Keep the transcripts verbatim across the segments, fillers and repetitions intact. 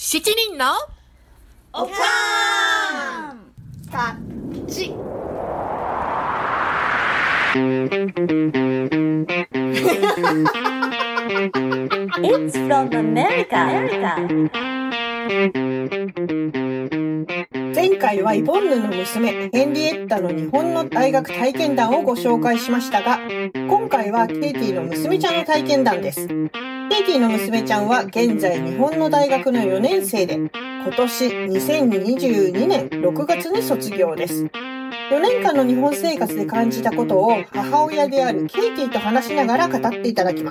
七人のおかんたち。 It's from America. 前回はイボンヌの娘ヘンリエッタの日本の大学体験談をご紹介しましたが、今回はケイティの娘ちゃんの体験談です。ケイティの娘ちゃんは現在日本の大学のよねん生で、今年にせんにじゅうにねんろくがつに卒業です。よねんかんの日本生活で感じたことを母親であるケイティと話しながら語っていただきます。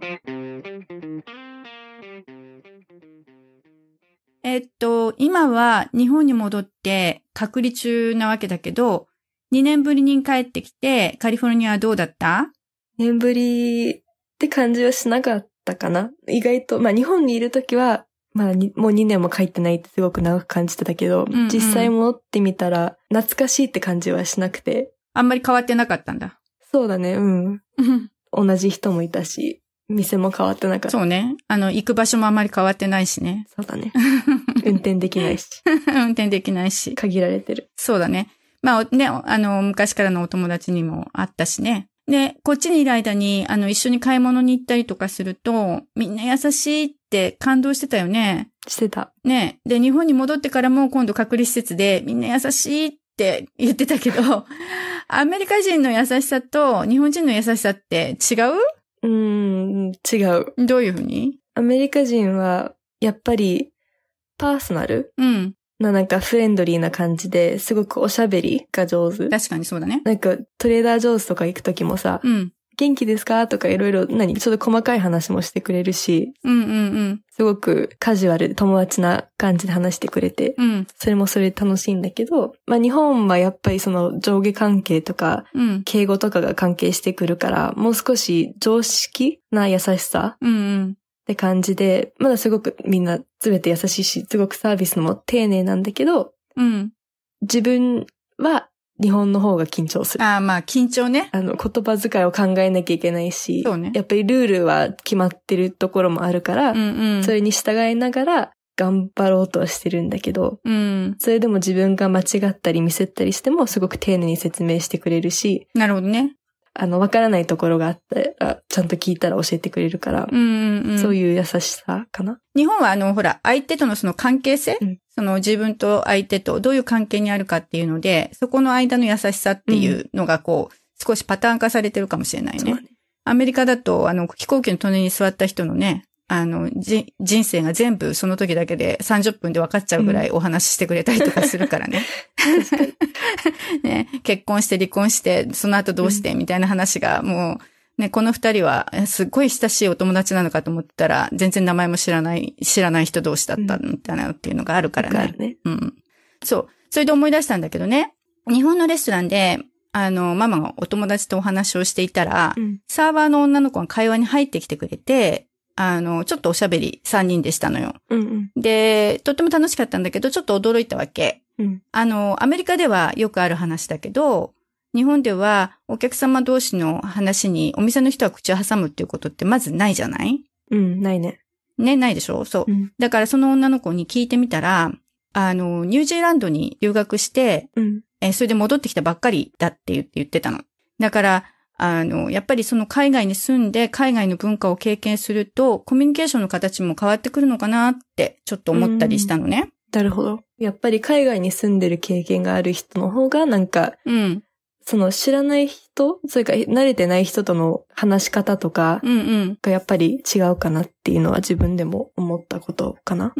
えっと、今は日本に戻って隔離中なわけだけど、にねんぶりに帰ってきてカリフォルニアはどうだった？ にねんぶりって感じはしなかったかな。意外と、まあ日本にいるときは、まあもうにねんも帰ってないってすごく長く感じてたけど、うんうん、実際戻ってみたら懐かしいって感じはしなくて。 あんまり変わってなかったんだ。 そうだね、うん。同じ人もいたし、店も変わってなかった。 そうね。あの、行く場所もあんまり変わってないしね。 そうだね。運転できないし。 運転できないし。 限られてる。 そうだね。まあね、あの、昔からのお友達にもあったしね。で、こっちにいる間に、あの、一緒に買い物に行ったりとかすると、みんな優しいって感動してたよね。 してた。 ね。で、日本に戻ってからも今度隔離施設でみんな優しいって言ってたけど、アメリカ人の優しさと日本人の優しさって違う？ うーん、違う。 どういうふうに？ アメリカ人は、やっぱり、パーソナル？ うん。 な、なんかフレンドリーな感じで、すごくおしゃべりが上手。 確かにそうだね。 なんか、トレーダー上手とか行くときもさ、 うん。 元気ですかとかいろいろ、何ちょっと細かい話もしてくれるし、 うんうんうん。 すごくカジュアルで友達な感じで話してくれて、 うん。 それもそれで楽しいんだけど、まあ日本はやっぱりその上下関係とか、 うん、 敬語とかが関係してくるから、もう少し常識な優しさ、 うんうん、 って感じで、まだすごくみんな全て優しいし、すごくサービスも丁寧なんだけど、 うん、 自分は日本の方が緊張する。 ああ、まあ緊張ね。 あの、言葉遣いを考えなきゃいけないし、 そうね。 やっぱりルールは決まってるところもあるから、 うんうん、 それに従いながら頑張ろうとはしてるんだけど、 うん、 それでも自分が間違ったりミスったりしてもすごく丁寧に説明してくれるし、 なるほどね。 あの、わからないところがあったら、ちゃんと聞いたら教えてくれるから、 うんうんうん、 そういう優しさかな。 日本はあの、ほら、相手とのその関係性、うん、その自分と相手とどういう関係にあるかっていうので、そこの間の優しさっていうのがこう、うん、少しパターン化されてるかもしれないね。ね、アメリカだと、あの、飛行機の隣に座った人のね、あの、じ、人生が全部その時だけでさんじゅっぷんで分かっちゃうぐらいお話ししてくれたりとかするからね。うん、ね、結婚して離婚して、その後どうして、うん、みたいな話がもう、ね、この二人はすっごい親しいお友達なのかと思ったら、全然名前も知らない、知らない人同士だったみたいなっていうのがあるからね。 あるね。 うん。そう。それで思い出したんだけどね、日本のレストランで、あの、ママがお友達とお話をしていたら、うん、サーバーの女の子が会話に入ってきてくれて、あの、ちょっとおしゃべりさんにんでしたのよ。 うんうん、 で、とっても楽しかったんだけど、ちょっと驚いたわけ。 うん、 あの、アメリカではよくある話だけど、日本ではお客様同士の話にお店の人は口を挟むっていうことってまずないじゃない？ うん、ないね。 ね、ないでしょ？そう、 うん。 だからその女の子に聞いてみたら、あの、ニュージーランドに留学して、 うん、 え、それで戻ってきたばっかりだって言って言ってたの。だから、あの、やっぱりその海外に住んで海外の文化を経験するとコミュニケーションの形も変わってくるのかなってちょっと思ったりしたのね。 なるほど。やっぱり海外に住んでる経験がある人の方がなんか、 うん。 その知らない人、それから慣れてない人との話し方とかがやっぱり違うかなっていうのは自分でも思ったことかな。 うん。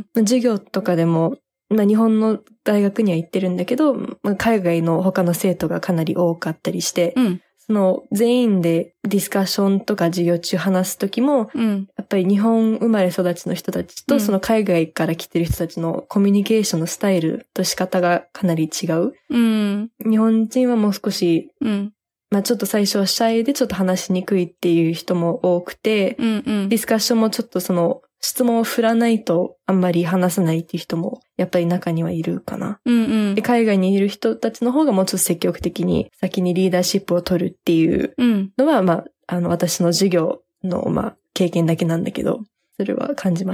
授業とかでも、まあ日本の大学には行ってるんだけど、まあ、海外の他の生徒がかなり多かったりして、 うん。 その全員でディスカッションとか授業中話すときも、 うん、 やっぱり日本生まれ育ちの人たちと、その海外から来てる人たちのコミュニケーションのスタイルと仕方がかなり違う。 うん、 日本人はもう少し、 うん、 まあちょっと最初はシャイでちょっと話しにくいっていう人も多くて、 うんうん、 ディスカッションもちょっとその質問を振らないとあんまり話さないっていう人もやっぱり中にはいるかな。 うんうん、 で海外にいる人たちの方がもうちょっと積極的に先にリーダーシップを取るっていうのは、うん、まあ、あの私の授業のまあ経験だけなんだけど、それは感じましたね。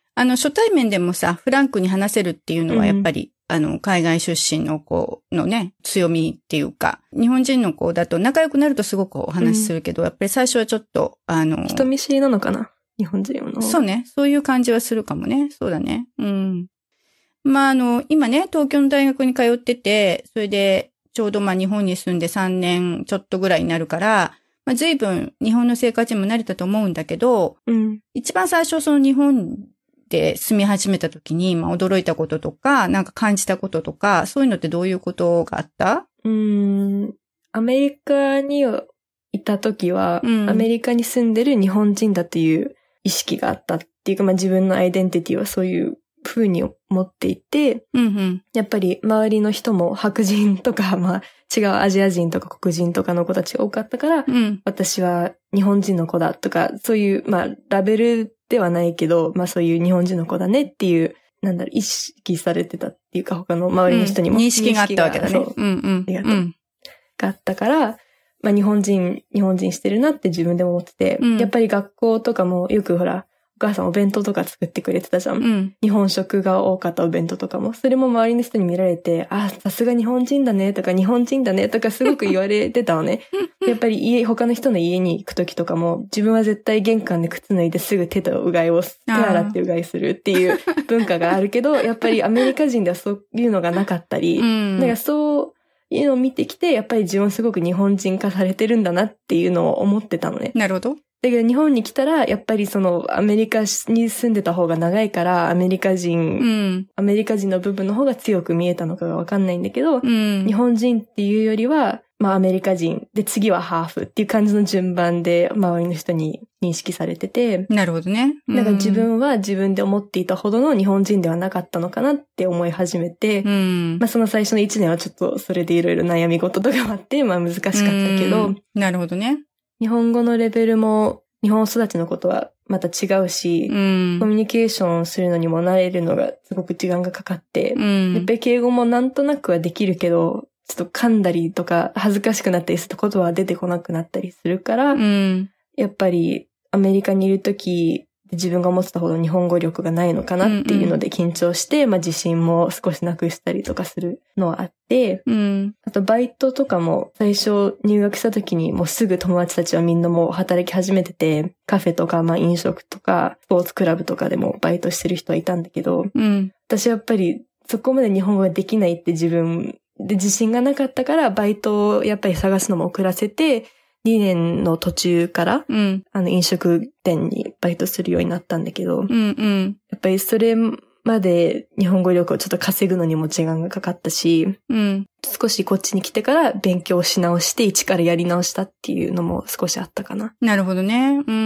あの、初対面でもさ、フランクに話せるっていうのはやっぱり、うん、あの、海外出身の子のね、強みっていうか、日本人の子だと仲良くなるとすごくお話しするけど、うん、やっぱり最初はちょっと、あの、 人見知りなのかな日本人の。 そうね。そういう感じはするかもね。そうだね。うん。まあ、あの、今ね、東京の大学に通ってて、それで、ちょうどまあ日本に住んでさんねんちょっとぐらいになるから、まあ随分日本の生活にも慣れたと思うんだけど、 うん、 一番最初その日本で住み始めた時に、まあ驚いたこととか、なんか感じたこととか、そういうのってどういうことがあった？ うーん、アメリカにいた時は、うん、アメリカに住んでる日本人だという意識があったっていうか、まあ自分のアイデンティティはそういう風に思っていて、 うんうん、 やっぱり周りの人も白人とか、まあ違うアジア人とか黒人とかの子たちが多かったから、 うん、 私は日本人の子だとか、そういう、まあラベルではないけど、まあそういう日本人の子だねっていう、なんだろう、意識されてたっていうか、他の周りの人にも、 うん、認識があったわけだね。 そう。 うんうん。 ありがとう。うん、があったから、まあ日本人、日本人してるなって自分でも思ってて、うん、やっぱり学校とかもよくほら、お母さんお弁当とか作ってくれてたじゃん。 うん、 日本食が多かったお弁当とかも。それも周りの人に見られて、あ、さすが日本人だねとか日本人だねとかすごく言われてたのね。やっぱり家、他の人の家に行くときとかも、自分は絶対玄関で靴脱いですぐ手とうがいを、手洗ってうがいするっていう文化があるけど、やっぱりアメリカ人ではそういうのがなかったり、 うん、 だからそういうのを見てきて、やっぱり自分すごく日本人化されてるんだなっていうのを思ってたのね。 なるほど。 だけど日本に来たら、やっぱりそのアメリカに住んでた方が長いから、アメリカ人、 うん、 アメリカ人の部分の方が強く見えたのかがわかんないんだけど、 うん、 日本人っていうよりは、まあアメリカ人で次はハーフっていう感じの順番で周りの人に認識されてて。 なるほどね。 うん、だから自分は自分で思っていたほどの日本人ではなかったのかなって思い始めて、 うん、 まあその最初の一年はちょっとそれでいろいろ悩み事とかもあって、まあ難しかったけど、 うん、なるほどね。 日本語のレベルも日本育ちのことはまた違うし、 うん、 コミュニケーションするのにも慣れるのがすごく時間がかかって、 うん、 やっぱり敬語もなんとなくはできるけど、ちょっと噛んだりとか恥ずかしくなったりすることは出てこなくなったりするから、 うん、 やっぱりアメリカにいるとき自分が思ってたほど日本語力がないのかなっていうので緊張して、うんうん、まあ自信も少しなくしたりとかするのはあって、 うん、 あとバイトとかも最初入学した時にもうすぐ友達たちはみんなもう働き始めてて、カフェとかまあ飲食とかスポーツクラブとかでもバイトしてる人はいたんだけど、 うん、 私はやっぱりそこまで日本語ができないって自分で自信がなかったからバイトをやっぱり探すのも遅らせて、にねんの途中から、 うん、 あの飲食店にバイトするようになったんだけど、 うんうん、 やっぱりそれまで日本語力をちょっと稼ぐのにも時間がかかったし、 うん、 少しこっちに来てから勉強し直して一からやり直したっていうのも少しあったかな。 なるほどね。うん、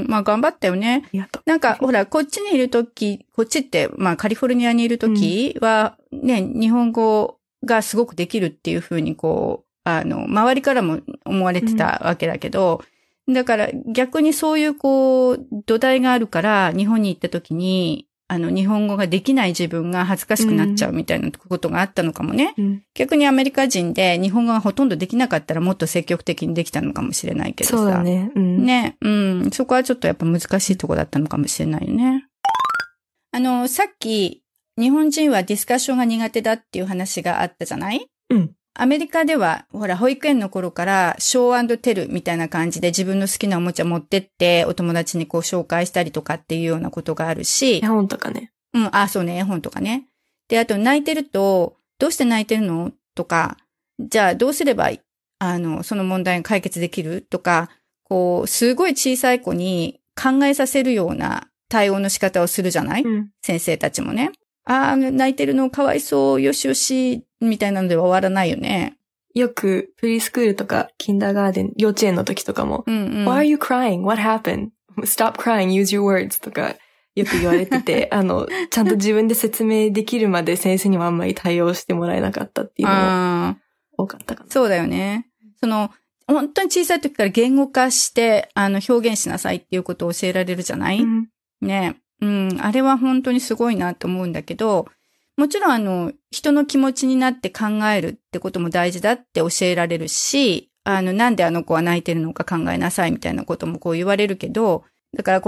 まあ頑張ったよね。 ありがとう。 なんかほら、こっちにいるとき、こっちってまあカリフォルニアにいるときは、うん、ね、日本語がすごくできるっていうふうにこう、あの、周りからも思われてたわけだけど、うん、だから逆にそういうこう、土台があるから、日本に行った時に、あの、日本語ができない自分が恥ずかしくなっちゃうみたいなことがあったのかもね。 うん、 逆にアメリカ人で日本語がほとんどできなかったらもっと積極的にできたのかもしれないけどさ。 そうだね。うん、 ね。うん。そこはちょっとやっぱ難しいとこだったのかもしれないよね。あの、さっき、日本人はディスカッションが苦手だっていう話があったじゃない？ うん。 アメリカでは、ほら、保育園の頃からショー&テルみたいな感じで自分の好きなおもちゃ持ってってお友達にこう紹介したりとかっていうようなことがあるし。 絵本とかね。 うん、あ、そうね、絵本とかね。で、あと泣いてると、どうして泣いてるのとか、じゃあどうすれば、あの、その問題が解決できるとか、こう、すごい小さい子に考えさせるような対応の仕方をするじゃない？ うん、 先生たちもね。ああ、泣いてるのかわいそう、よしよし、みたいなのでは終わらないよね。 よく、プリスクールとか、キンダーガーデン、幼稚園の時とかも、 うんうん、 Why are you crying? What happened? Stop crying, use your words とか、よく言われてて、あの、ちゃんと自分で説明できるまで先生にもあんまり対応してもらえなかったっていうのも多かったかな。 そうだよね。その、本当に小さい時から言語化して、あの、表現しなさいっていうことを教えられるじゃない？うん、ね。うん、あれは本当にすごいなと思うんだけど、もちろんあの、人の気持ちになって考えるってことも大事だって教えられるし、あの、なんであの子は泣いてるのか考えなさいみたいなこともこう言われるけど、だからこう、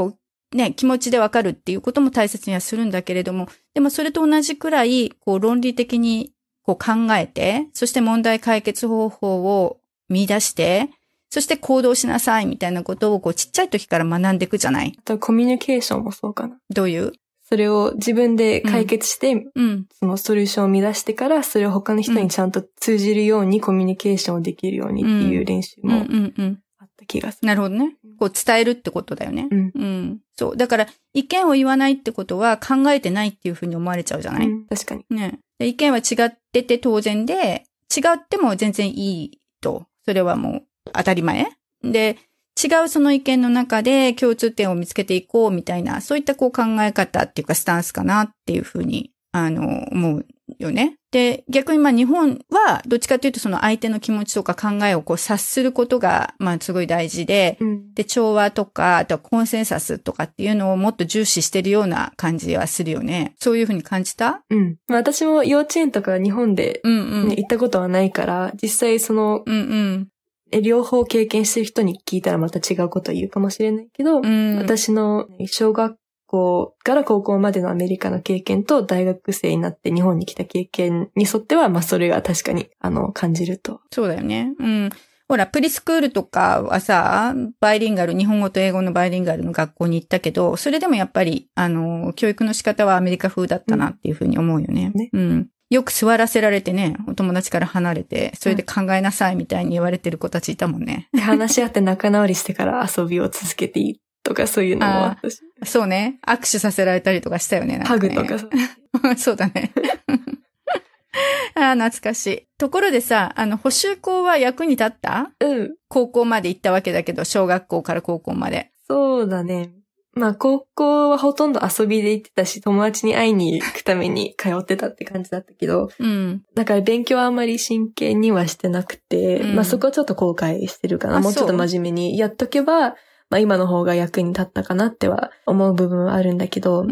ね、気持ちでわかるっていうことも大切にはするんだけれども、でもそれと同じくらい、こう論理的にこう考えて、そして問題解決方法を見出して、そして行動しなさいみたいなことをこうちっちゃい時から学んでいくじゃない？ あとコミュニケーションもそうかな。 どういう？ それを自分で解決して、うんうん、 そのソリューションを見出してから、それを他の人にちゃんと通じるようにコミュニケーションをできるようにっていう練習もあった気がする。 なるほどね。こう伝えるってことだよね。 うん。 うん。そう。だから意見を言わないってことは考えてないっていうふうに思われちゃうじゃない？うん、 確かに。 ね。で意見は違ってて当然で、違っても全然いいと。それはもう当たり前。で、違うその意見の中で共通点を見つけていこうみたいな、そういったこう考え方っていうかスタンスかなっていうふうに、あの、思うよね。で、逆にまあ日本はどっちかというとその相手の気持ちとか考えをこう察することがまあすごい大事で、うん、で、調和とか、あとはコンセンサスとかっていうのをもっと重視してるような感じはするよね。そういうふうに感じた？ うん。まあ私も幼稚園とか日本で、ね、うんうん、行ったことはないから、実際その、うんうん両方経験してる人に聞いたらまた違うことを言うかもしれないけど、うん、私の小学校から高校までのアメリカの経験と大学生になって日本に来た経験に沿っては、まあそれが確かにあの感じると。 そうだよね。うん。ほら、プリスクールとかはさ、バイリンガル、日本語と英語のバイリンガルの学校に行ったけど、それでもやっぱり、あの、教育の仕方はアメリカ風だったなっていうふうに思うよね。うん。ねうんよく座らせられてね、お友達から離れて、それで考えなさいみたいに言われてる子たちいたもんね。 話し合って仲直りしてから遊びを続けていいとかそういうのもあったし。 そうね。握手させられたりとかしたよね。なんかねハグとかさ。そうだね。あ懐かしい。ところでさ、あの、補習校は役に立った？ うん。 高校まで行ったわけだけど、小学校から高校まで。 そうだね。まあ、高校はほとんど遊びで行ってたし、友達に会いに行くために通ってたって感じだったけど、うん。だから勉強はあんまり真剣にはしてなくて、うん、まあそこはちょっと後悔してるかな。もうちょっと真面目にやっとけば、まあ今の方が役に立ったかなっては思う部分はあるんだけど、うんうん、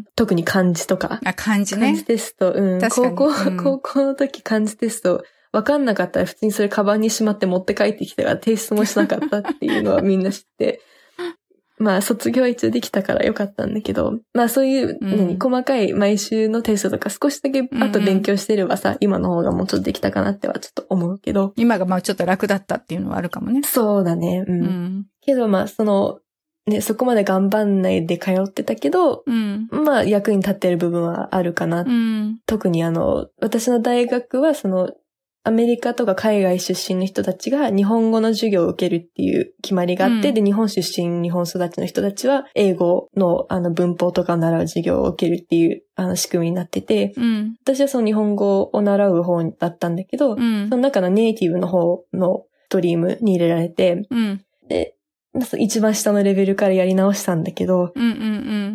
特に漢字とか。 あ、漢字ね。 漢字テスト、うん。高校、うん、高校の時漢字テスト、わかんなかったら普通にそれカバンにしまって持って帰ってきたから提出もしなかったっていうのはみんな知って、まあ、卒業は一応できたからよかったんだけど、まあそういう、何、うん、細かい毎週のテストとか少しだけあと勉強してればさ、うんうん、今の方がもうちょっとできたかなってはちょっと思うけど。 今がまあちょっと楽だったっていうのはあるかもね。 そうだね。うん。うん、けどまあその、ね、そこまで頑張んないで通ってたけど、うん、まあ役に立ってる部分はあるかな。うん、特にあの、私の大学はその、アメリカとか海外出身の人たちが日本語の授業を受けるっていう決まりがあって、うん、で、日本出身、日本育ちの人たちは英語のあの文法とかを習う授業を受けるっていうあの仕組みになってて、うん、私はその日本語を習う方だったんだけど、うん、その中のネイティブの方のストリームに入れられて、うん、で、一番下のレベルからやり直したんだけど、うんうんうん、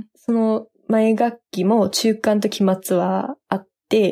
その前学期も中間と期末はあって、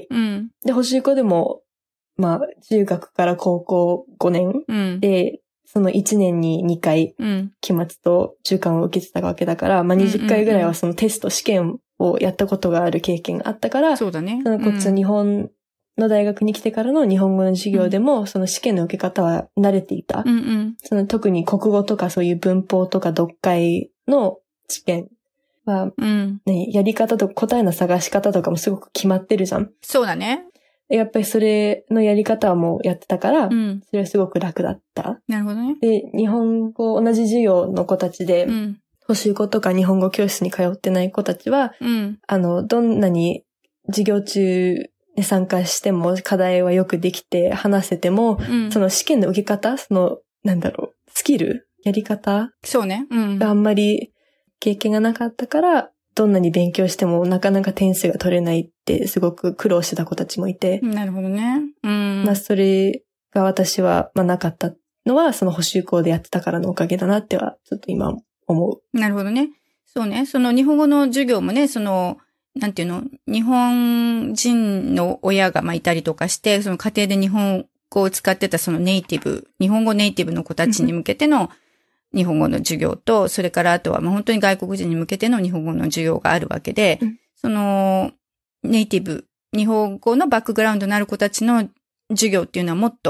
うん、で、補習校でもまあ、中学から高校ごねんで、うん、そのいちねんににかい、期末と中間を受けてたわけだから、まあにじゅっかいぐらいはそのテスト試験をやったことがある経験があったから、 そうだね。 そのこっちの日本の大学に来てからの日本語の授業でも、その試験の受け方は慣れていた。うんうん、その特に国語とかそういう文法とか読解の試験は、うんね、やり方とか答えの探し方とかもすごく決まってるじゃん。 そうだね。 やっぱりそれのやり方はもうやってたから、うん、それはすごく楽だった。 なるほどね。 で、日本語、同じ授業の子たちで、うん、補習校とか日本語教室に通ってない子たちは、うん、あの、どんなに授業中で参加しても課題はよくできて話せても、うん、その試験の受け方、その、なんだろう、スキルやり方そうね。 うん。があんまり経験がなかったから、どんなに勉強してもなかなか点数が取れないってすごく苦労してた子たちもいて。 なるほどね。うん。 まあそれが私はまあなかったのはその補習校でやってたからのおかげだなってはちょっと今思う。 なるほどね。そうね。その日本語の授業もね、その、なんていうの、日本人の親がまあいたりとかして、その家庭で日本語を使ってたそのネイティブ、日本語ネイティブの子たちに向けての日本語の授業と、それからあとはもう本当に外国人に向けての日本語の授業があるわけで、うん、そのネイティブ、日本語のバックグラウンドのある子たちの授業っていうのはもっと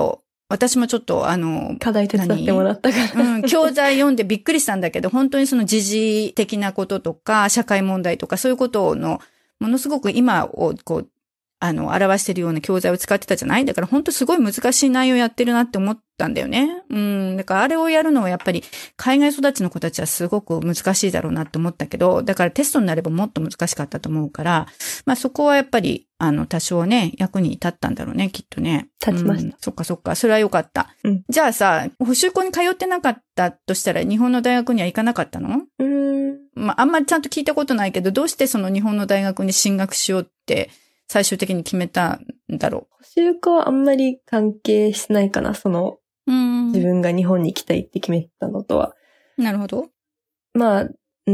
私もちょっとあの、 課題手伝ってもらったから。 うん、教材読んでびっくりしたんだけど、本当にその時事的なこととか、社会問題とかそういうことの、ものすごく今をこう、あの、表しているような教材を使ってたじゃない？だから本当すごい難しい内容やってるなって思ったんだよね。うん。だからあれをやるのはやっぱり海外育ちの子たちはすごく難しいだろうなって思ったけど、だからテストになればもっと難しかったと思うから、まあそこはやっぱり、あの、多少ね、役に立ったんだろうね、きっとね。 立ちました。 うん、そっかそっか。それはよかった。 うん、 じゃあさ、補習校に通ってなかったとしたら日本の大学には行かなかったの？ うーん。 まああんまりちゃんと聞いたことないけど、どうしてその日本の大学に進学しようって最終的に決めたんだろう。 補習校はあんまり関係しないかな、その、 うん自分が日本に行きたいって決めたのとは。 なるほど。 まあ、うん、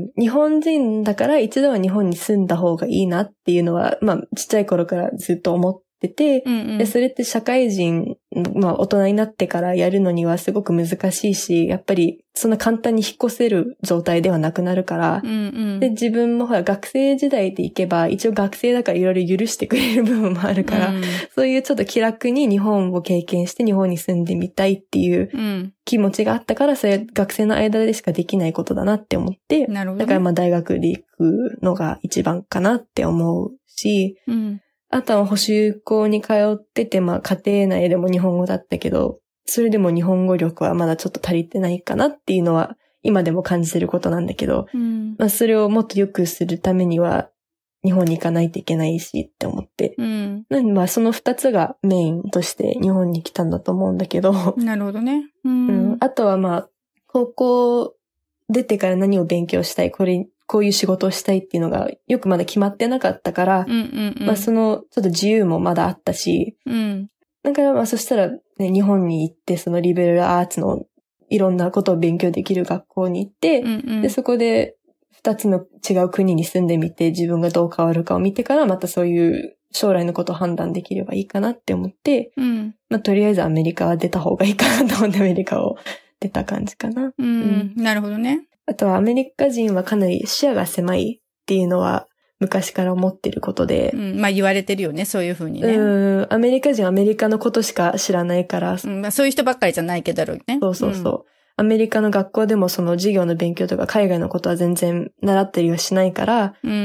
日本人だから一度は日本に住んだ方がいいなっていうのは、まあ、ちっちゃい頃からずっと思ってて、 うんうん、 で、それって社会人、まあ、大人になってからやるのにはすごく難しいし、やっぱりそんな簡単に引っ越せる状態ではなくなるから、 うんうん、 で、自分もほら学生時代で行けば、一応学生だからいろいろ許してくれる部分もあるから、うん、そういうちょっと気楽に日本を経験して日本に住んでみたいっていう気持ちがあったから、それ学生の間でしかできないことだなって思って、 なるほどね、 だからまあ大学で行くのが一番かなって思うし、 うん、 あとは補習校に通ってて、まあ家庭内でも日本語だったけど、それでも日本語力はまだちょっと足りてないかなっていうのは今でも感じてることなんだけど、 うん、 まあそれをもっと良くするためには日本に行かないといけないしって思って、 うん、 なんでまあその二つがメインとして日本に来たんだと思うんだけど、 なるほどね。うん、 うん、あとはまあ高校出てから何を勉強したい、これこういう仕事をしたいっていうのがよくまだ決まってなかったから、 うんうんうん、 まあそのちょっと自由もまだあったし、 うん、 だからまあそしたら、ね、日本に行ってそのリベラルアーツのいろんなことを勉強できる学校に行って、 うんうん、 でそこで二つの違う国に住んでみて自分がどう変わるかを見てからまたそういう将来のことを判断できればいいかなって思って、 うん、 まあとりあえずアメリカは出た方がいいかなと思ってアメリカを出た感じかな。 うん、うん、なるほどね。 あとはアメリカ人はかなり視野が狭いっていうのは昔から思ってることで。 うん、まあ言われてるよね、そういうふうにね。 うん、アメリカ人はアメリカのことしか知らないから。 うん、まあそういう人ばっかりじゃないけどね。 そうそうそう。うん、アメリカの学校でもその授業の勉強とか海外のことは全然習ったりはしないから、 うん、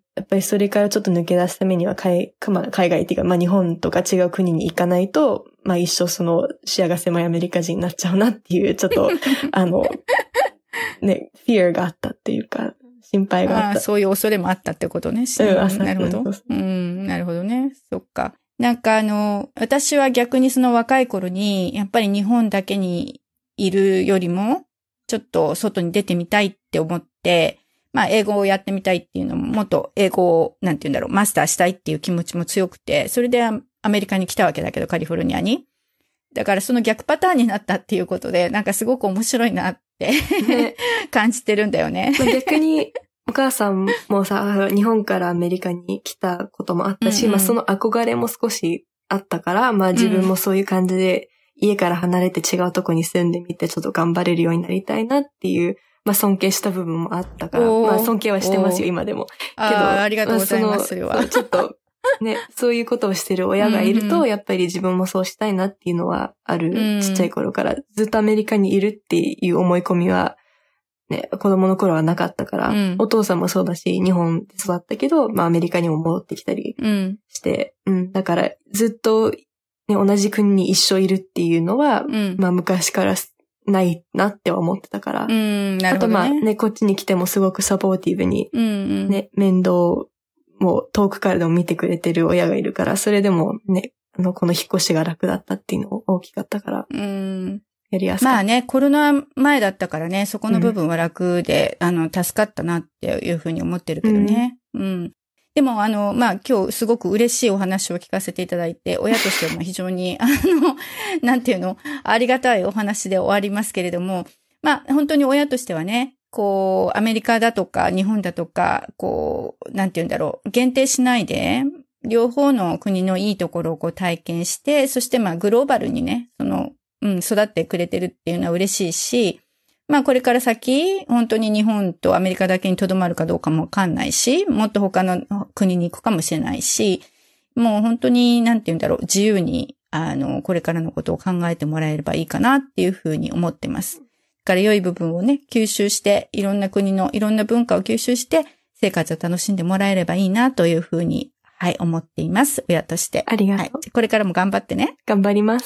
やっぱりそれからちょっと抜け出すためには海、まあ、海外っていうか、まあ日本とか違う国に行かないと、まあ一生その視野が狭いアメリカ人になっちゃうなっていう、ちょっと、あの、ね、fear があったっていうか、心配があった。 ああ、そういう恐れもあったってことね。 うん、 なるほど。うん、なるほどね。そっか。なんかあの、私は逆にその若い頃に、やっぱり日本だけにいるよりも、ちょっと外に出てみたいって思って、まあ英語をやってみたいっていうのも、もっと英語を、なんて言うんだろう、マスターしたいっていう気持ちも強くて、それでアメリカに来たわけだけど、カリフォルニアに。だからその逆パターンになったっていうことで、なんかすごく面白いなってね、感じてるんだよね。 逆に、お母さんもさ、日本からアメリカに来たこともあったし、うんうん、まあその憧れも少しあったから、まあ自分もそういう感じで、家から離れて違うとこに住んでみて、ちょっと頑張れるようになりたいなっていう、まあ尊敬した部分もあったから、まあ尊敬はしてますよ、今でも。けど、 あ, ありがとうございます、それは。 ちょっと、ね、そういうことをしてる親がいると、うんうん、やっぱり自分もそうしたいなっていうのはある、うん、ちっちゃい頃から、ずっとアメリカにいるっていう思い込みは、ね、子供の頃はなかったから、うん、お父さんもそうだし、日本で育ったけど、まあアメリカにも戻ってきたりして、うん、うん、だからずっと、ね、同じ国に一生いるっていうのは、うん、まあ昔からないなって思ってたから、 うん、なるほどね、 あとまあね、こっちに来てもすごくサポーティブに、 うんうん、 ね、面倒もう遠くからでも見てくれてる親がいるから、それでもね、あの、この引っ越しが楽だったっていうのも大きかったから、 うん、 やりやすかった。 まあね、コロナ前だったからね、そこの部分は楽で、うん、あの、助かったなっていうふうに思ってるけどね。うん。うん、でも、あの、まあ今日すごく嬉しいお話を聞かせていただいて、親としても非常に、あの、なんていうの、ありがたいお話で終わりますけれども、まあ本当に親としてはね、こう、アメリカだとか日本だとか、こう、なんて言うんだろう、限定しないで、両方の国のいいところをこう体験して、そしてまあグローバルにね、その、うん、育ってくれてるっていうのは嬉しいし、まあこれから先、本当に日本とアメリカだけに留まるかどうかもわかんないし、もっと他の国に行くかもしれないし、もう本当に、なんて言うんだろう、自由にあの、これからのことを考えてもらえればいいかなっていうふうに思ってます。だから良い部分をね、吸収して、いろんな国のいろんな文化を吸収して、生活を楽しんでもらえればいいなというふうに、はい、思っています。親として。 ありがとう。はい、 これからも頑張ってね。 頑張ります。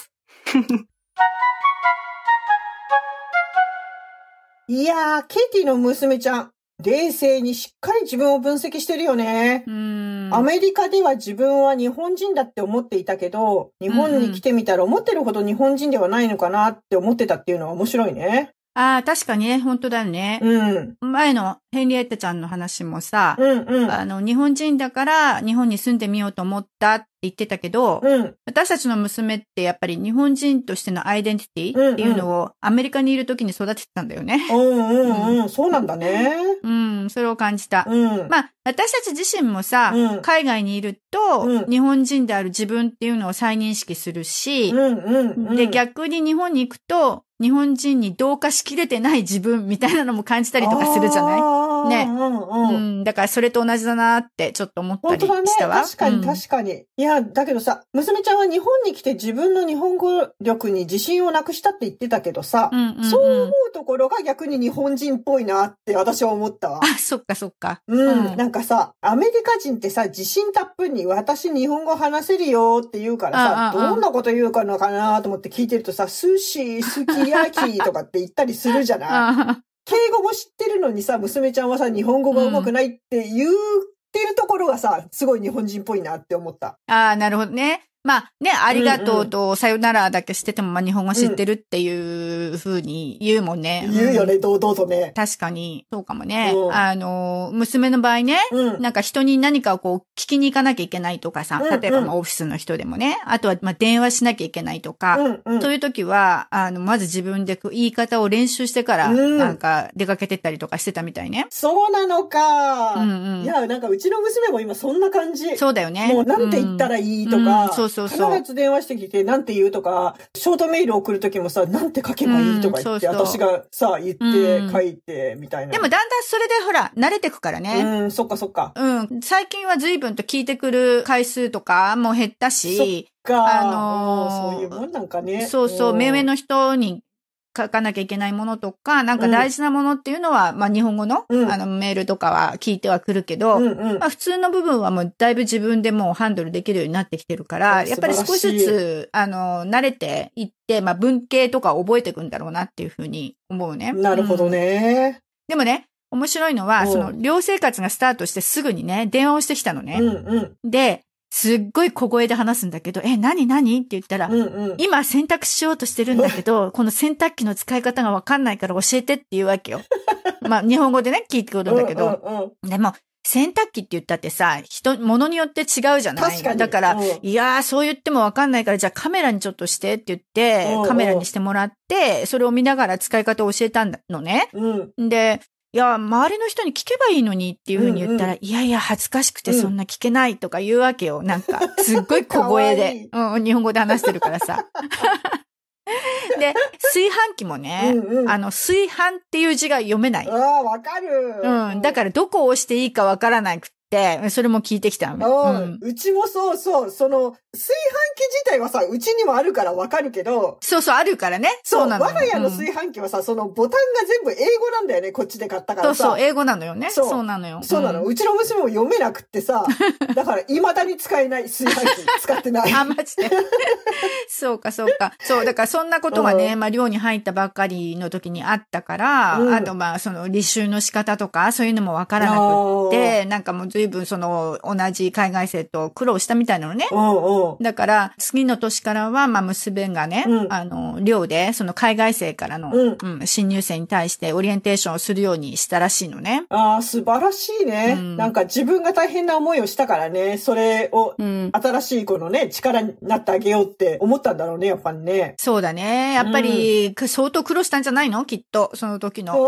いやー、ケイティの娘ちゃん、冷静にしっかり自分を分析してるよね。 うーん。 アメリカでは自分は日本人だって思っていたけど、日本に来てみたら思ってるほど日本人ではないのかなって思ってたっていうのは面白いね。 ああ、確かにね、本当だよね。 うん。 前のヘンリエッタちゃんの話もさ、 うんうん。 あの、日本人だから日本に住んでみようと思ったって言ってたけど、 うん。 私たちの娘ってやっぱり日本人としてのアイデンティティっていうのをアメリカにいる時に育ててたんだよね。 うんうんうん。そうなんだね。 うん、それを感じた。 うん。 まあ、私たち自身もさ、 うん、 海外にいると、 うん、 日本人である自分っていうのを再認識するし、 うんうんうん、 で、逆に日本に行くと、日本人に同化しきれてない自分みたいなのも感じたりとかするじゃないね、 うんうんうん。だからそれと同じだなってちょっと思ったりしたわ。 本当だね。確かに確かに。うん、いや、だけどさ、娘ちゃんは日本に来て自分の日本語力に自信をなくしたって言ってたけどさ、 うんうんうん、 そう思うところが逆に日本人っぽいなって私は思ったわ。 あ、そっかそっか。 うん。うん、なんかさ、アメリカ人ってさ、自信たっぷりに私日本語話せるよって言うからさ、 あああどんなこと言うかなかなと思って聞いてるとさ、寿司、すき焼きとかって言ったりするじゃない敬語も知ってるのにさ、娘ちゃんはさ、日本語が上手くないって言ってるところがさ、すごい日本人っぽいなって思った。 ああ、なるほどね。まあね、ありがとうとさよならだけしてても、まあ日本語知ってるっていう風に言うもんね。 言うよね、堂々とね。 確かに、そうかもね。 うん、 あの、娘の場合ね、うん、なんか人に何かをこう聞きに行かなきゃいけないとかさ、例えばまあオフィスの人でもね、あとはまあ電話しなきゃいけないとか、うんうん、そういう時は、あの、まず自分で言い方を練習してから、なんか出かけてったりとかしてたみたいね。 うん、そうなのか、 うんうん。 いや、なんかうちの娘も今そんな感じ。 そうだよね。 もうなんて言ったらいいとか、 うん、そうそうそう。 必ず電話してきて、なんて言うとか、ショートメール送るときもさ、なんて書けばいいとか言って、うん、そうそう私がさ、言って書いて、みたいな。 でもだんだんそれでほら、慣れてくからね。 うん、そっかそっか。 うん。最近は随分と聞いてくる回数とかも減ったし、 そっか。 あのー、そういうもんなんかね。 そうそう、目上の人に書かなきゃいけないものとか、なんか大事なものっていうのは、うん、まあ日本語の、うん、あのメールとかは聞いてはくるけど、うんうん、まあ普通の部分はもうだいぶ自分でもうハンドルできるようになってきてるから、やっぱり少しずつ、あの、慣れていって、まあ文系とか覚えていくんだろうなっていうふうに思うね。 なるほどね。 うん、でもね、面白いのは、その寮生活がスタートしてすぐにね、電話をしてきたのね。 うんうん、 で、すっごい小声で話すんだけど、え、何何って言ったら、 うんうん、 今洗濯しようとしてるんだけど、この洗濯機の使い方がわかんないから教えてって言うわけよ。まあ、日本語でね、聞いてくるんだけど。 うんうんうん、 でも、洗濯機って言ったってさ、人、物によって違うじゃない？ 確かに。 だから、 うん、 いやー、そう言ってもわかんないから、じゃあカメラにちょっとしてって言って、カメラにしてもらって、それを見ながら使い方を教えたのね。 うん、 で、いや、周りの人に聞けばいいのにっていうふうに言ったら、うんうん、いやいや、恥ずかしくてそんな聞けないとか言うわけよ。うん、なんか、すっごい小声でいい、うん、日本語で話してるからさ。で、炊飯器もね、うんうん、あの、炊飯っていう字が読めない。 ああ、わかる。 うん。だから、どこを押していいかわからなくて、それも聞いてきたの。 うん。うちもそうそう、その、炊飯器自体はさ、うちにもあるからわかるけど。 そうそう、あるからね。そうなの。 我が家の炊飯器はさ、うん、そのボタンが全部英語なんだよね、こっちで買ったからさ。 そうそう、英語なのよね。そう。そうなのよ。 そうなの。うん、うちの娘も読めなくってさ、だから未だに使えない炊飯器使ってない。 あ、マジで。そうか、そうか。そう、だからそんなことがね、うん、まあ寮に入ったばっかりの時にあったから、うん、あとまあその履修の仕方とか、そういうのもわからなくって、なんかもう随分その同じ海外生と苦労したみたいなのね。 うんうん、 だから、次の年からは、まあ、娘がね、うん、あの、寮で、その海外生からの、うんうん、新入生に対してオリエンテーションをするようにしたらしいのね。 ああ、素晴らしいね、うん。なんか自分が大変な思いをしたからね、それを、新しい子のね、力になってあげようって思ったんだろうね、やっぱりね。 そうだね。やっぱり、うん、相当苦労したんじゃないの？きっと、その時の。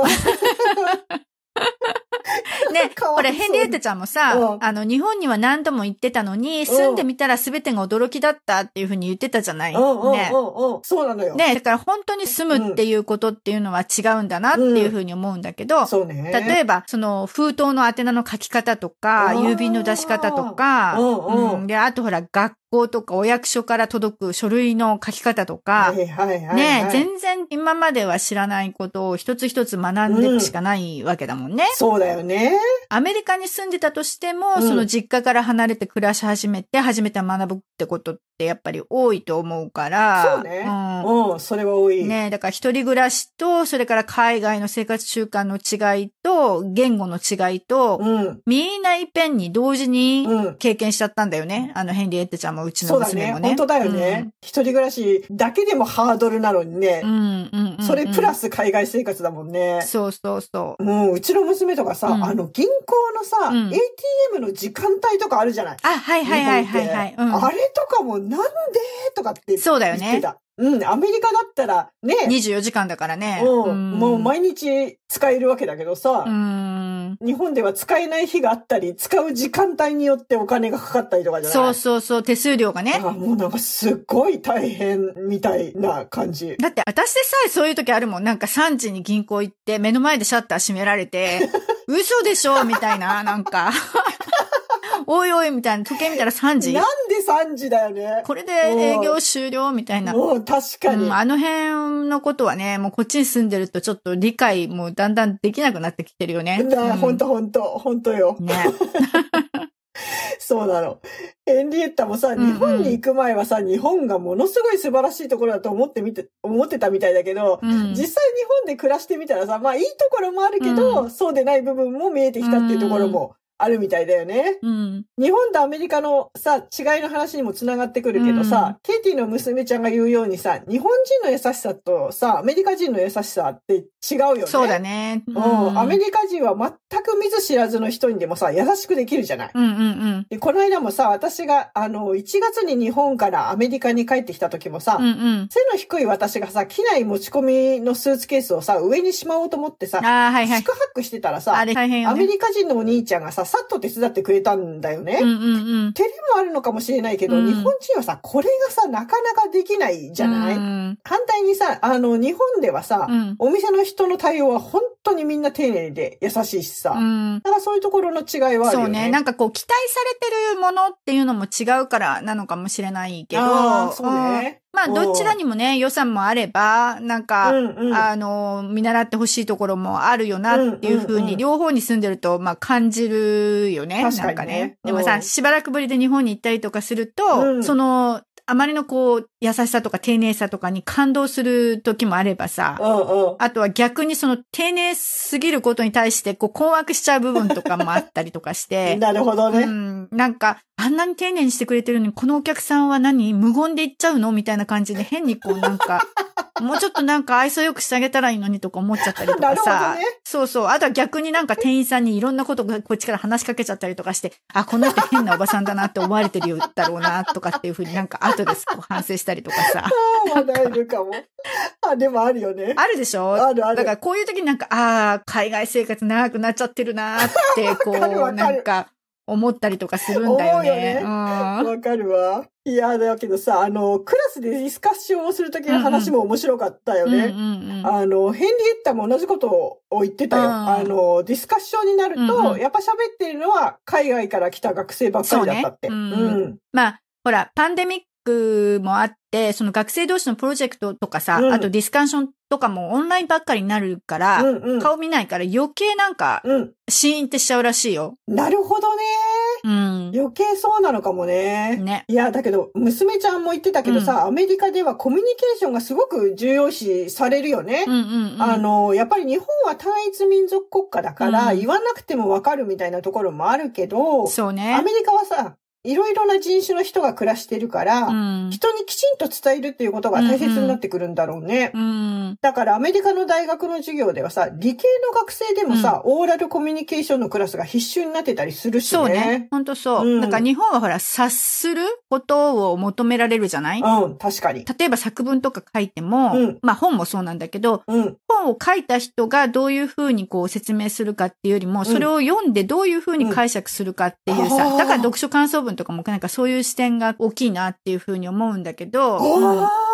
ね、これヘンリエッタちゃんもさ、うん、あの、日本には何度も行ってたのに、住んでみたら全てが驚きだったっていうふうに言ってたじゃない、 うん、 ね、 うんうんうん。そうなのよ。 ね、だから本当に住むっていうことっていうのは違うんだなっていうふうに思うんだけど、 うん、そうね。 例えば、その封筒の宛名の書き方とか、郵便の出し方とか、うんうん、で、あとほら、学校とかお役所から届く書類の書き方とか、 はいはいはいはい、 ね、全然今までは知らないことを一つ一つ学んでいくしかないわけだもんね。 うん、そうだよね。 アメリカに住んでたとしても、 うん、 その実家から離れて暮らし始めて、初めて学ぶってことってやっぱり多いと思うから。 そうね。うん。うん、それは多い。 ね、だから一人暮らしと、それから海外の生活習慣の違いと、言語の違いと、うん、みんないっぺんに同時に経験しちゃったんだよね。うん、あのヘンリエッテちゃんもうちの娘もね。 そうだね。本当だよね。うん、一人暮らしだけでもハードルなのにね。うんうんうんうん、それプラス海外生活だもんね。 そうそうそう。 うん、うちの娘とかさ、うん、あの銀行のさ、うん、エーティーエム の時間帯とかあるじゃない。 あ、はいはいはいはいはい、 うん。あれとかもなんでとかって言ってた。 そうだよね。 うん、アメリカだったらね。 にじゅうよじかんだからね。 うん。もう毎日使えるわけだけどさ。うん。日本では使えない日があったり、使う時間帯によってお金がかかったりとかじゃない？ そうそうそう、手数料がね。 あ、もうなんかすっごい大変みたいな感じ。 だって私でさえそういう時あるもん。なんかさんじに銀行行って目の前でシャッター閉められて、嘘でしょみたいな、なんか。おいおいみたいな、時計見たらさんじ。 なんでさんじだよね。 これで営業終了みたいな。 もう確かに、 うん。あの辺のことはね、もうこっちに住んでるとちょっと理解もだんだんできなくなってきてるよね。 うん、ほんとほんと、ほんとよ。ね。そうなの。ヘンリエッタもさ、日本に行く前はさ、うんうん、日本がものすごい素晴らしいところだと思ってみて、思ってたみたいだけど、うん、実際日本で暮らしてみたらさ、まあいいところもあるけど、うん、そうでない部分も見えてきたっていうところも、あるみたいだよね。うん。日本とアメリカのさ、違いの話にもつながってくるけどさ、うん、ケイティの娘ちゃんが言うようにさ、日本人の優しさとさ、アメリカ人の優しさって違うよね。 そうだね。 うん。うん、アメリカ人は全く見ず知らずの人にでもさ、優しくできるじゃない。うんうんうん。で、この間もさ、私が、あの、いちがつに日本からアメリカに帰ってきた時もさ、うんうん、背の低い私がさ、機内持ち込みのスーツケースをさ、上にしまおうと思ってさ、 あ、はいはい、 四苦八苦してたらさ、 あれ大変よね、 アメリカ人のお兄ちゃんがさ、さっと手伝ってくれたんだよね。うんうんうん。照れもあるのかもしれないけど、うん、日本人はさ、これがさ、なかなかできないじゃない、うん、反対にさ、あの、日本ではさ、うん、お店の人の対応は本当にみんな丁寧で優しいしさ。うん、だからそういうところの違いはあるよね。 そうね。なんかこう、期待されてるものっていうのも違うからなのかもしれないけど。 ああ、そうね。 うん、まあ、どちらにもね、予算もあれば、なんか、うんうん、あの、見習ってほしいところもあるよなっていうふうに、両方に住んでると、まあ、感じるよね。 確かにね。 なんかね。でもさ、しばらくぶりで日本に行ったりとかすると、うん、その、あまりのこう、優しさとか丁寧さとかに感動する時もあればさ、うんうん、あとは逆にその丁寧すぎることに対してこう困惑しちゃう部分とかもあったりとかして。 なるほどね。 うん。なんか、あんなに丁寧にしてくれてるのに、このお客さんは何無言で言っちゃうのみたいな感じで変にこうなんか、もうちょっとなんか愛想よくしてあげたらいいのにとか思っちゃったりとかさ。 なるほどね。 そうそう。あとは逆になんか店員さんにいろんなことがこっちから話しかけちゃったりとかして、あ、この人変なおばさんだなって思われてるだろうなとかっていうふうになんか後ですこう反省したりとかさ。 ああ、まだいるかも。あ、でもあるよね。 あるでしょ？ あるある。 だからこういう時になんか、ああ、海外生活長くなっちゃってるなーって、こう、なんか、思ったりとかするんだよね。 思うよね。わ、うん、かるわ。いや、だけどさ、あの、クラスでディスカッションをするときの話も面白かったよね。うんうんうん、あの、ヘンリエッタも同じことを言ってたよ。うん、あの、ディスカッションになると、うんうん、やっぱ喋ってるのは海外から来た学生ばっかりだったって。 そうね。うんうん、まあ、ほら、パンデミックもあって、その学生同士のプロジェクトとかさ、うん、あとディスカッションとかもオンラインばっかりになるから、うんうん、顔見ないから余計なんか、うん、シーンってしちゃうらしいよ。 なるほどね。 うん、 余計そうなのかもね。 ね。 いや、だけど、娘ちゃんも言ってたけどさ、うん、アメリカではコミュニケーションがすごく重要視されるよね。うんうんうん、あの、やっぱり日本は単一民族国家だから、うん、言わなくてもわかるみたいなところもあるけど、 そうね。 アメリカはさ、いろいろな人種の人が暮らしてるから、うん、人にきちんと伝えるっていうことが大切になってくるんだろうね。うんうん、だからアメリカの大学の授業ではさ、理系の学生でもさ、うん、オーラルコミュニケーションのクラスが必修になってたりするしね。 そうね。ほんとそう。うん、だから日本はほら、察することを求められるじゃない？ うん、確かに。 例えば作文とか書いても、うん、まあ本もそうなんだけど、うん、本を書いた人がどういうふうにこう説明するかっていうよりも、それを読んでどういうふうに解釈するかっていうさ、うん、だから読書感想文とかもなんかそういう視点が大きいなっていうふうに思うんだけど。 ああ、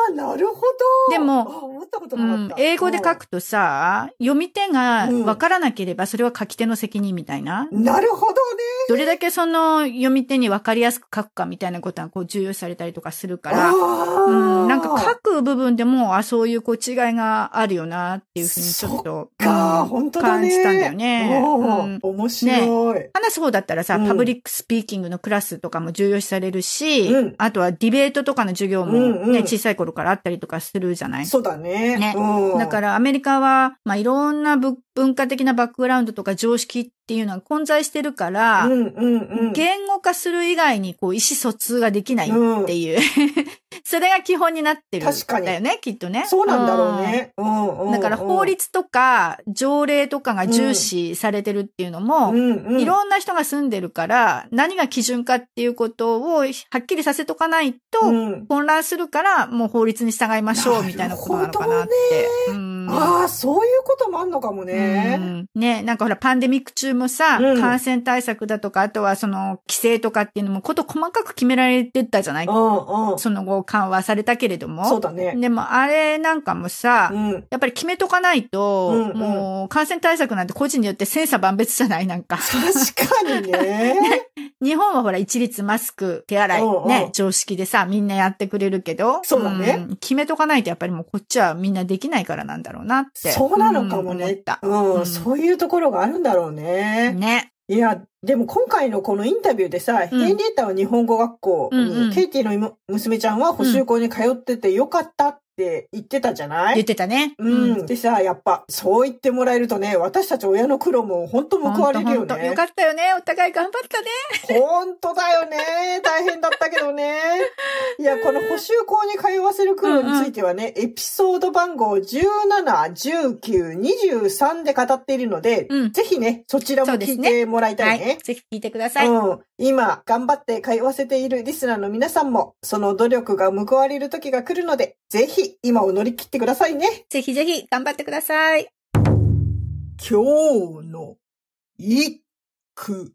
あ、なるほど。 でも、 思ったことなかった。 うん、英語で書くとさ、読み手がわからなければそれは書き手の責任みたいな。 うん、なるほどね。 どれだけその読み手にわかりやすく書くかみたいなことはこう重要視されたりとかするから、うん、なんか書く部分でも、あ、そういうこう違いがあるよなっていうふうにちょっと、 うん、本当だね、 感じたんだよね。 うん、面白い。 ね、話す方だったらさ、うん、パブリックスピーキングのクラスとかも重要視されるし、うん、あとはディベートとかの授業もね、うんうん、小さい頃からあったりとかするじゃない？ そうだね。 ね。 うん、 だからアメリカは、まあ、いろんな文化的なバックグラウンドとか常識っていうのは混在してるから、 うんうんうん、 言語化する以外にこう意思疎通ができないっていう、うん、それが基本になってるんだよね、きっとね。 そうなんだろうね。うんうんうん、 だから法律とか条例とかが重視されてるっていうのも、うんうん、いろんな人が住んでるから何が基準かっていうことをはっきりさせとかないと混乱するから、もう法律に従いましょうみたいなことなのかなって。うん、 ああ、そういうこともあんのかもね。 うん、ね、なんかほらパンデミック中もさ、うん、感染対策だとか、あとはその規制とかっていうのもこと細かく決められてたじゃない？ うんうん、 その後緩和されたけれども。 そうだね。 でもあれなんかもさ、うん、やっぱり決めとかないと、うんうん、もう感染対策なんて個人によって千差万別じゃない？なんか。 確かにね。 日本はほら一律マスク、手洗い、うんうん、ね、常識でさ、みんなやってくれるけど。 そうだね、 うん。決めとかないとやっぱりもうこっちはみんなできないからなんだろうなって。 そうなのかもね。うん、うん、そういうところがあるんだろうね。 ね。 いや、でも今回のこのインタビューでさ、うん、ヘンリエッタは日本語学校に、うんうん、ケイティの娘ちゃんは補習校に通っててよかったって言ってたじゃない？ 言ってたね。 うん。うん、でさ、やっぱ、そう言ってもらえるとね、私たち親の苦労も本当報われるよね。 ほんとほんとよかったよね。お互い頑張ったね。 本当だよね。大変だったけどね。いや、この補習校に通わせる苦労についてはね、うんうん、エピソード番号じゅうなな、じゅうきゅう、にじゅうさんで語っているので、うん、ぜひね、そちらも聞いてもらいたいね。 はい、ぜひ聞いてください。 うん。今、頑張って通わせているリスナーの皆さんも、その努力が報われる時が来るので、ぜひ今を乗り切ってくださいね。 ぜひぜひ頑張ってください。 今日の一句。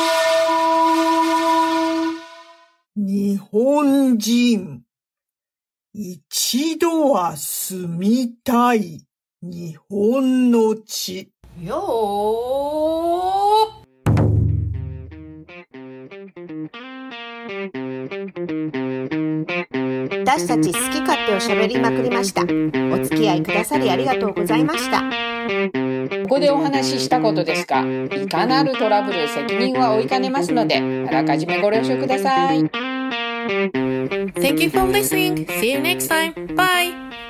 日本人、一度は住みたい日本の地。 よー。私たち好き勝手を喋りまくりました。お付き合いくださりありがとうございました。 ここでお話ししたことですが、いかなるトラブル責任は負いかねますので、あらかじめご了承ください。 Thank you for listening. See you next time. Bye.